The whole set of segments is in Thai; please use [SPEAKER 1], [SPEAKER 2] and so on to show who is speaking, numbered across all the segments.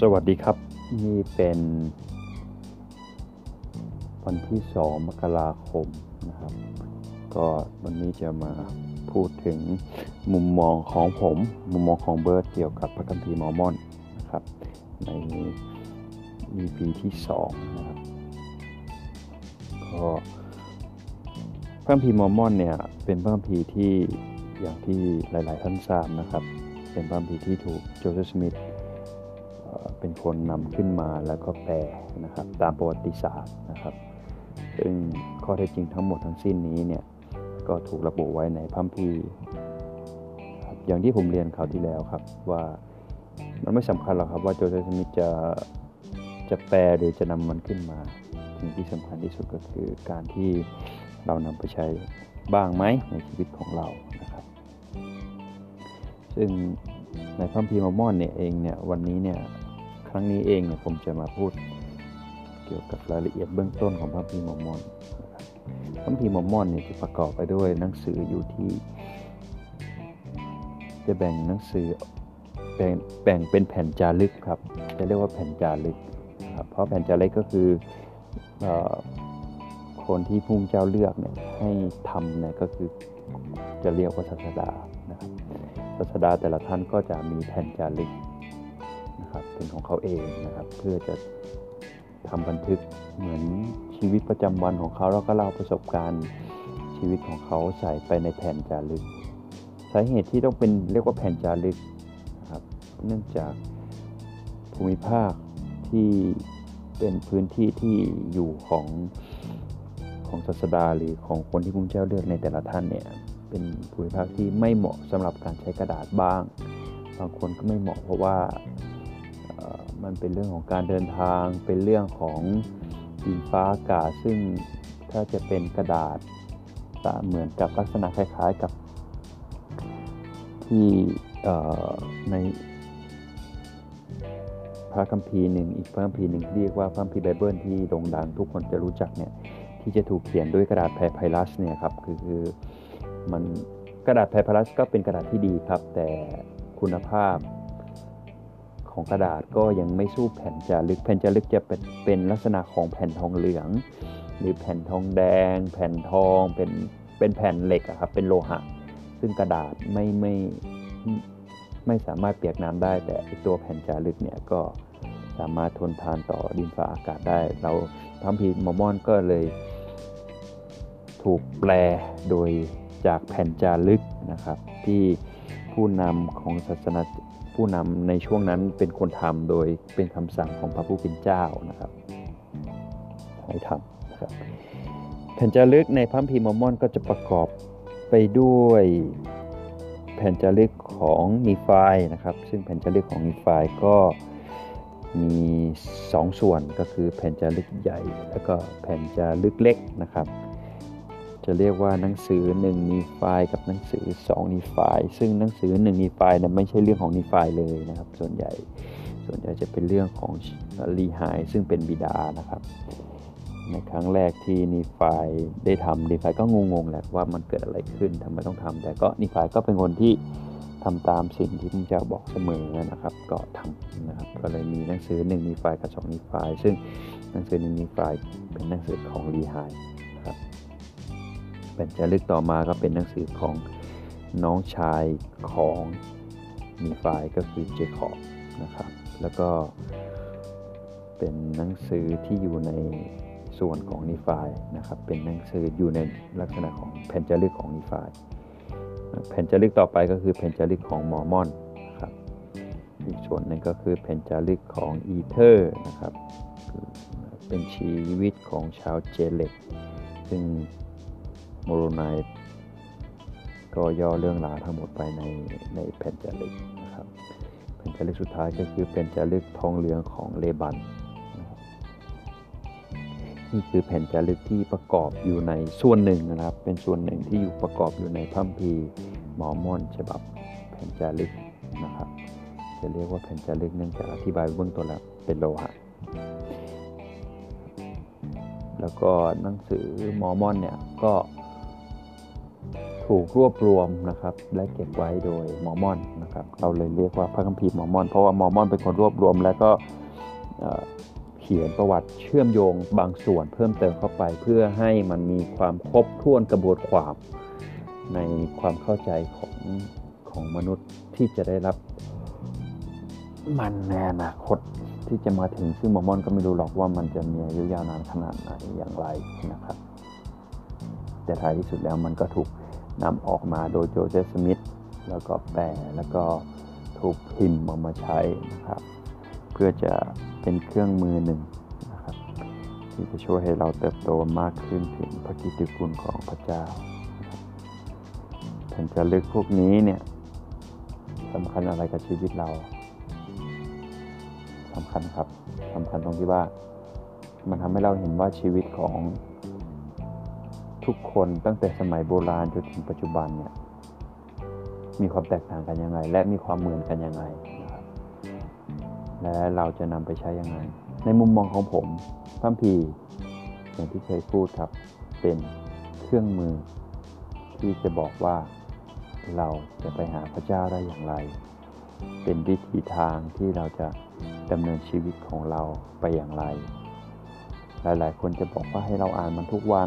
[SPEAKER 1] วัสดีครับนี่เป็นวันที่2 มกราคมนะครับก็วันนี้จะมาพูดถึงมุมมองของผมมุมมองของเบิร์ดเกี่ยวกับพระคัมภีร์มอร์มอนนะครับใน EP ที่2นะครับก็พระคัมภีร์มอร์มอนเนี่ยเป็นพระคัมภีร์ที่อย่างที่หลายๆท่านทราบนะครับเป็นพระคัมภีร์ที่ถูกโจเซฟ สมิธเป็นคนนำขึ้นมาแล้วก็แปลนะครับตามประวัติศาสตร์นะครับซึ่งข้อเท็จจริงทั้งหมดทั้งสิ้นนี้เนี่ยก็ถูกระบุไว้ในพระคัมภีร์อย่างที่ผมเรียนคราวที่แล้วครับว่ามันไม่สำคัญหรอกครับว่าโจเซฟ สมิธจะแปลหรือจะนำมันขึ้นมาสิ่งที่สำคัญที่สุดก็คือการที่เรานำไปใช้บ้างไหมในชีวิตของเรานะครับซึ่งในพระคัมภีร์มอร์มอนเนี่ยเองเนี่ยวันนี้เนี่ยครั้งนี้เองเนี่ยผมจะมาพูดเกี่ยวกับรายละเอียดเบื้องต้นของพระคัมภีร์มอร์มอนนะครับพระคัมภีร์มอร์มอนเนี่ยจะประกอบไปด้วยหนังสืออยู่ที่จะแบ่งหนังสือแบ่งเป็นแผ่นจารึกครับจะเรียกว่าแผ่นจารึกครับเพราะแผ่นจารึกก็คือคนที่พระเจ้าเลือกเนี่ยให้ทำเนี่ยก็คือจะเรียกว่าศาสดานะครับศาสดาแต่ละท่านก็จะมีแผ่นจารึกนะครับเป็นของเขาเองนะครับเพื่อจะทำบันทึกเหมือนชีวิตประจำวันของเขาแล้วก็เล่าประสบการณ์ชีวิตของเขาใส่ไปในแผ่นจารึกสาเหตุที่ต้องเป็นเรียกว่าแผ่นจารึกนะครับเนื่องจากภูมิภาคที่เป็นพื้นที่ที่อยู่ของศาสดาหรือของคนที่พระเจ้าเลือกในแต่ละท่านเนี่ยเป็นภูมิภาคที่ไม่เหมาะสำหรับการใช้กระดาษบ้างบางคนก็ไม่เหมาะเพราะว่ามันเป็นเรื่องของการเดินทางเป็นเรื่องของดินฟ้าอากาศซึ่งถ้าจะเป็นกระดาษเหมือนกับลักษณะคล้ายๆกับที่ในพระคัมภีร์หนึ่งอีกพระคัมภีร์หนึ่งเรียกว่าพระคัมภีร์ไบเบิลที่โด่งดังทุกคนจะรู้จักเนี่ยที่จะถูกเขียนด้วยกระดาษแพไพลัสเนี่ยครับคือมันกระดาษแพไพลัสก็เป็นกระดาษที่ดีครับแต่คุณภาพของกระดาษก็ยังไม่สู้แผ่นจารึกแผ่นจารึกจะเป็นลักษณะของแผ่นทองเหลืองหรือแผ่นทองแดงแผ่นทองเป็นแผ่นเหล็กครับเป็นโลหะซึ่งกระดาษไม่สามารถเปียกน้ำได้แต่ตัวแผ่นจารึกเนี่ยก็สามารถทนทานต่อดินฟ้าอากาศได้เราพระคัมภีร์มอร์มอนก็เลยถูกแปลโดยจากแผ่นจารึกนะครับที่ผู้นำของศาสนาผู้นำในช่วงนั้นเป็นคนทำโดยเป็นคำสั่งของพระผู้เป็นเจ้านะครับให้ทำนะครับแผ่นจารึกในพระคัมภีร์มอร์มอนก็จะประกอบไปด้วยแผ่นจารึกของนีฟายนะครับซึ่งแผ่นจารึกของนีฟายก็มี2ส่วนก็คือแผ่นจารึกใหญ่แล้วก็แผ่นจารึกเล็กนะครับจะเรียกว่าหนังสือ1นีฟายกับหนังสือ2นีฟายซึ่งหนังสือ1นีฟายเนี่ยไม่ใช่เรื่องของนีฟายเลยนะครับส่วนใหญ่จะเป็นเรื่องของลีไฮซึ่งเป็นบิดานะครับในครั้งแรกที่นีฟายได้ทำนีฟายก็งงๆแหละว่ามันเกิดอะไรขึ้นทำไมต้องทำแต่ก็นีฟายก็เป็นคนที่ทำตามสิ่งที่พระเจ้าบอกเสมอนะครับก็ทำนะครับก็เลยมีหนังสือ1นีฟายกับ2นีฟายซึ่งหนังสือ1นีฟายเป็นหนังสือของลีไฮนะครับแผ่นจารึกต่อมาก็เป็นหนังสือของน้องชายของนีฟายก็คือเจคอบนะครับแล้วก็เป็นหนังสือที่อยู่ในส่วนของนีฟายนะครับเป็นหนังสืออยู่ในลักษณะของแผ่นจารึกของนีฟายแผ่นจารึกต่อไปก็คือแผ่นจารึกของมอร์มอนนะครับอีกส่วนหนึ่งก็คือแผ่นจารึกของอีเธอร์นะครับเป็นชีวิตของชาวเจเล็กซึ่งโมโรไนท์ก็ย่อเรื่องราวทั้งหมดไปในแผ่นจารึกนะครับแผ่นจารึกสุดท้ายก็คือแผ่นจารึกทองเหลืองของเลบันนะครับนี่คือแผ่นจารึกที่ประกอบอยู่ในส่วนหนึ่งนะครับเป็นส่วนหนึ่งที่อยู่ประกอบอยู่ในพระคัมภีร์มอร์มอนฉบับแผ่นจารึกนะครับจะเรียกว่าแผ่นจารึกเนื่องจากอธิบายเบื้องต้นแล้วเป็นโลหะแล้วก็หนังสือมอร์มอนเนี่ยก็ถูกรวบรวมนะครับและเก็บไว้โดยมอร์มอนนะครับเราเลยเรียกว่าพระคัมภีร์มอร์มอนเพราะว่ามอร์มอนเป็นคนรวบรวมแล้วก็เขียนประวัติเชื่อมโยงบางส่วนเพิ่มเติมเข้าไปเพื่อให้มันมีความครบถ้วนกระบวนความในความเข้าใจของมนุษย์ที่จะได้รับมันในอนาคตที่จะมาถึงซึ่งมอร์มอนก็ไม่รู้หรอกว่ามันจะมีอายุยาวนานขนาดไหนอย่างไรนะครับแต่ท้ายที่สุดแล้วมันก็ถูกนำออกมาโดยโจเซฟสมิธแล้วก็แปลแล้วก็ถูกพิมพ์มาใช้นะครับเพื่อจะเป็นเครื่องมือหนึ่งนะครับที่จะช่วยให้เราเติบโตมากขึ้นถึงพระกิตติคุณของพระเจ้าแผ่นจารึกพวกนี้เนี่ยสำคัญอะไรกับชีวิตเราสำคัญครับสำคัญตรงที่ว่ามันทำให้เราเห็นว่าชีวิตของทุกคนตั้งแต่สมัยโบราณจนถึงปัจจุบันเนี่ยมีความแตกต่างกันยังไงและมีความเหมือนกันยังไงนะครับและเราจะนำไปใช้ยังไงในมุมมองของผมพระคัมภีร์อย่างที่เคยพูดครับเป็นเครื่องมือที่จะบอกว่าเราจะไปหาพระเจ้าได้อย่างไรเป็นวิถีทางที่เราจะดำเนินชีวิตของเราไปอย่างไรหลายๆคนจะบอกว่าให้เราอ่านมันทุกวัน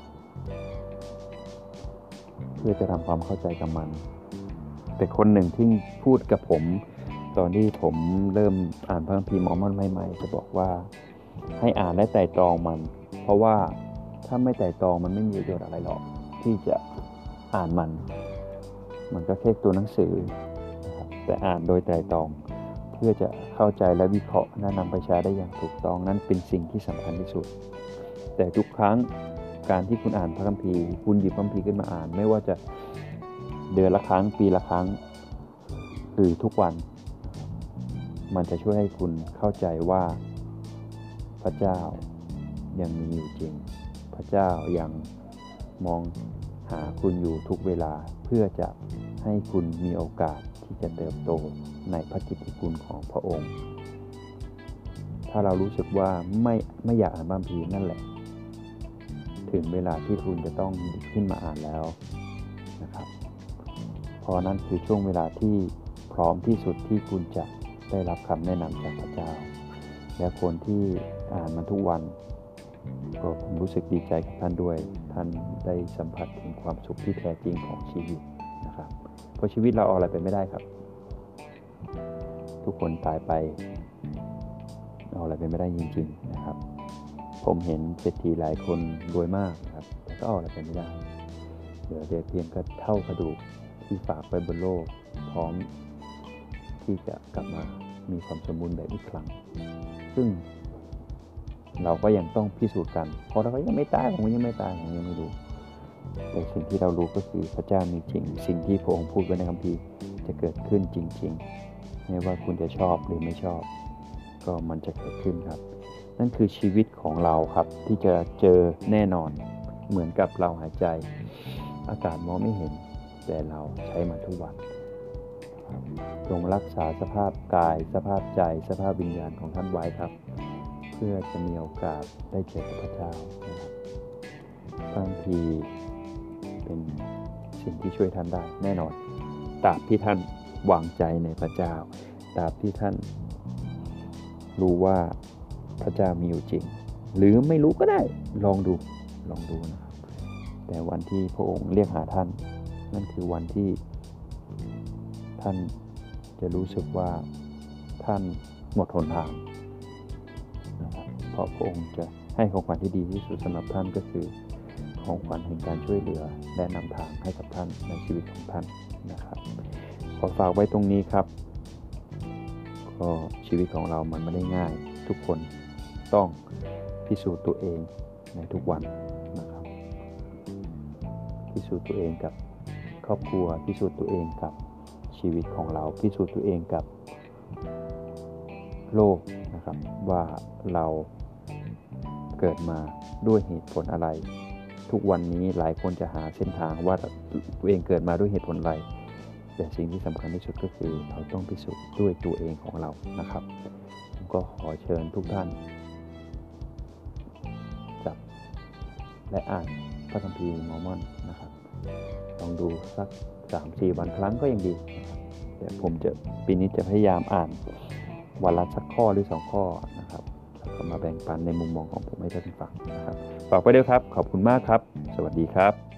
[SPEAKER 1] เพื่อจะทำความเข้าใจกับมันแต่คนหนึ่งที่พูดกับผมตอนที่ผมเริ่มอ่านพระคัมภีร์มอร์มอนใหม่ๆจะบอกว่าให้อ่านและไตร่ตรองมันเพราะว่าถ้าไม่ไตร่ตรองมันไม่มีประโยชน์อะไรหรอกที่จะอ่านมันก็แค่ตัวหนังสือนะครับแต่อ่านโดยไตร่ตรองเพื่อจะเข้าใจและวิเคราะห์และนำไปใช้ได้อย่างถูกต้องนั้นเป็นสิ่งที่สำคัญที่สุดแต่ทุกครั้งการที่คุณอ่านพระคัมภีร์คุณหยิบพระคัมภีร์ขึ้นมาอ่านไม่ว่าจะเดือนละครั้งปีละครั้งหรือทุกวันมันจะช่วยให้คุณเข้าใจว่าพระเจ้ายังมีอยู่จริงพระเจ้ายังมองหาคุณอยู่ทุกเวลาเพื่อจะให้คุณมีโอกาสที่จะเติบโตในพระกิตติคุณของพระองค์ถ้าเรารู้สึกว่าไม่อยากอ่านพระคัมภีร์นั่นแหละถึงเวลาที่คุณจะต้องหยิบขึ้นมาอ่านแล้วนะครับเพราะนั่นคือช่วงเวลาที่พร้อมที่สุดที่คุณจะได้รับคำแนะนำจากพระเจ้าและคนที่อ่านมันทุกวันก็ผมรู้สึกดีใจกับท่านด้วยท่านได้สัมผัสถึงความสุขที่แท้จริงของชีวิตนะครับเพราะชีวิตเราเอาอะไรไปไม่ได้ครับทุกคนตายไปเอาอะไรไปไม่ได้จริงๆนะครับผมเห็นเศรษฐีหลายคนรวยมากนะครับแต่ก็เอาอะไรไปไม่ได้เหลือแต่เพียงก็เท่ากระดูกที่ฝากไว้บนโลกพร้อมที่จะกลับมามีความสมบูรณ์แบบอีกครั้งซึ่งเราก็ยังต้องพิสูจน์กันเพราะเราก็ยังไม่ตายผมยังไม่ตายผมยังไม่รู้แต่สิ่งที่เรารู้ก็คือพระเจ้ามีจริงสิ่งที่พระองค์พูดไว้ในคัมภีร์จะเกิดขึ้นจริงๆไม่ว่าคุณจะชอบหรือไม่ชอบก็มันจะเกิดขึ้นครับนั่นคือชีวิตของเราครับที่จะเจอแน่นอนเหมือนกับเราหายใจอากาศมองไม่เห็นแต่เราใช้มันทุกวันจงรักษาสภาพกายสภาพใจสภาพวิญญาณของท่านไว้ครับเพื่อจะมีโอกาสได้เจอกับพระเจ้านะครับบางทีเป็นสิ่งที่ช่วยท่านได้แน่นอนตราบที่ท่านวางใจในพระเจ้าตราบที่ท่านรู้ว่าพระเจ้ามีอยู่จริงหรือไม่รู้ก็ได้ลองดูนะครับแต่วันที่พระองค์เรียกหาท่านนั่นคือวันที่ท่านจะรู้สึกว่าท่านหมดหนทางนะครับเพราะพระองค์จะให้ของขวัญที่ดีที่สุดสำหรับท่านก็คือของขวัญแห่งการช่วยเหลือและนำทางให้กับท่านในชีวิตของท่านนะครับขอฝากไว้ตรงนี้ครับก็ชีวิตของเรามันไม่ได้ง่ายทุกคนต้องพิสูจน์ตัวเองในทุกวันนะครับพิสูจน์ตัวเองกับครอบครัวพิสูจน์ตัวเองกับชีวิตของเราพิสูจน์ตัวเองกับโลกนะครับว่าเราเกิดมาด้วยเหตุผลอะไรทุกวันนี้หลายคนจะหาเส้นทางว่าตัวเองเกิดมาด้วยเหตุผลอะไรแต่สิ่งที่สำคัญที่สุดก็คือเราต้องพิสูจน์ด้วยตัวเองของเรานะครับผมก็ขอเชิญทุกท่านจับและอ่านพระคัมภีร์มอร์มอนนะครับลองดูสัก 3-4 วันครั้งก็ยังดีนะครับเดี๋ยวผมจะปีนี้จะพยายามอ่านวันละสักข้อหรือ2ข้อนะครับแล้วก็มาแบ่งปันในมุมมองของผมให้ท่านฟังนะครับฝากไปด้วยครับขอบคุณมากครับสวัสดีครับ